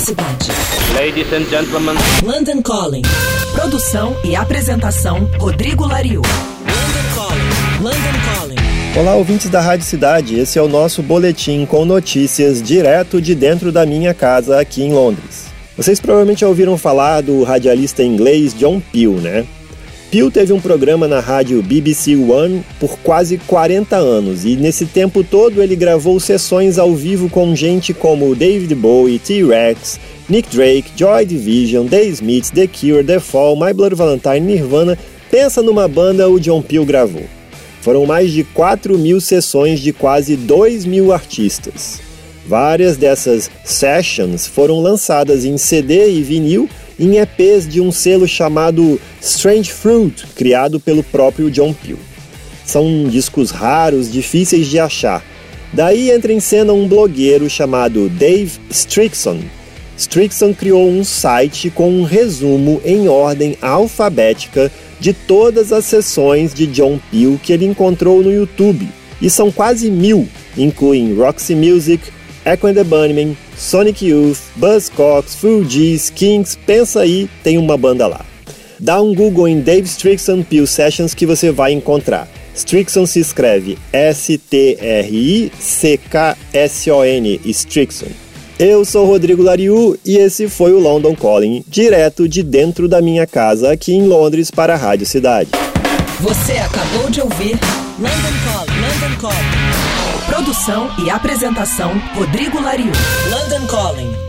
Cidade. Ladies and gentlemen. London Calling. Produção e apresentação, Rodrigo Lariu. London Calling. London Calling. Olá, ouvintes da Rádio Cidade. Esse é o nosso boletim com notícias direto de dentro da minha casa aqui em Londres. Vocês provavelmente já ouviram falar do radialista inglês John Peel, né? Peel teve um programa na rádio BBC One por quase 40 anos e nesse tempo todo ele gravou sessões ao vivo com gente como David Bowie, T-Rex, Nick Drake, Joy Division, The Smiths, The Cure, The Fall, My Bloody Valentine, Nirvana. Pensa numa banda o John Peel gravou. Foram mais de 4.000 sessões de quase 2.000 artistas. Várias dessas sessions foram lançadas em CD e vinil em EPs de um selo chamado Strange Fruit, criado pelo próprio John Peel. São discos raros, difíceis de achar. Daí entra em cena um blogueiro chamado Dave Strickson. Strickson criou um site com um resumo em ordem alfabética de todas as sessões de John Peel que ele encontrou no YouTube. E são quase 1.000, incluem Roxy Music, Echo and the Bunnymen, Sonic Youth, Buzzcocks, Fugees, Kings, pensa aí, tem uma banda lá. Dá um Google em Dave Strickson Peel Sessions que você vai encontrar. Strickson se escreve S-T-R-I-C-K-S-O-N, Strickson. Eu sou Rodrigo Lariu e esse foi o London Calling, direto de dentro da minha casa aqui em Londres para a Rádio Cidade. Você acabou de ouvir London Calling. London Calling. Produção e apresentação, Rodrigo Lariu. London Calling.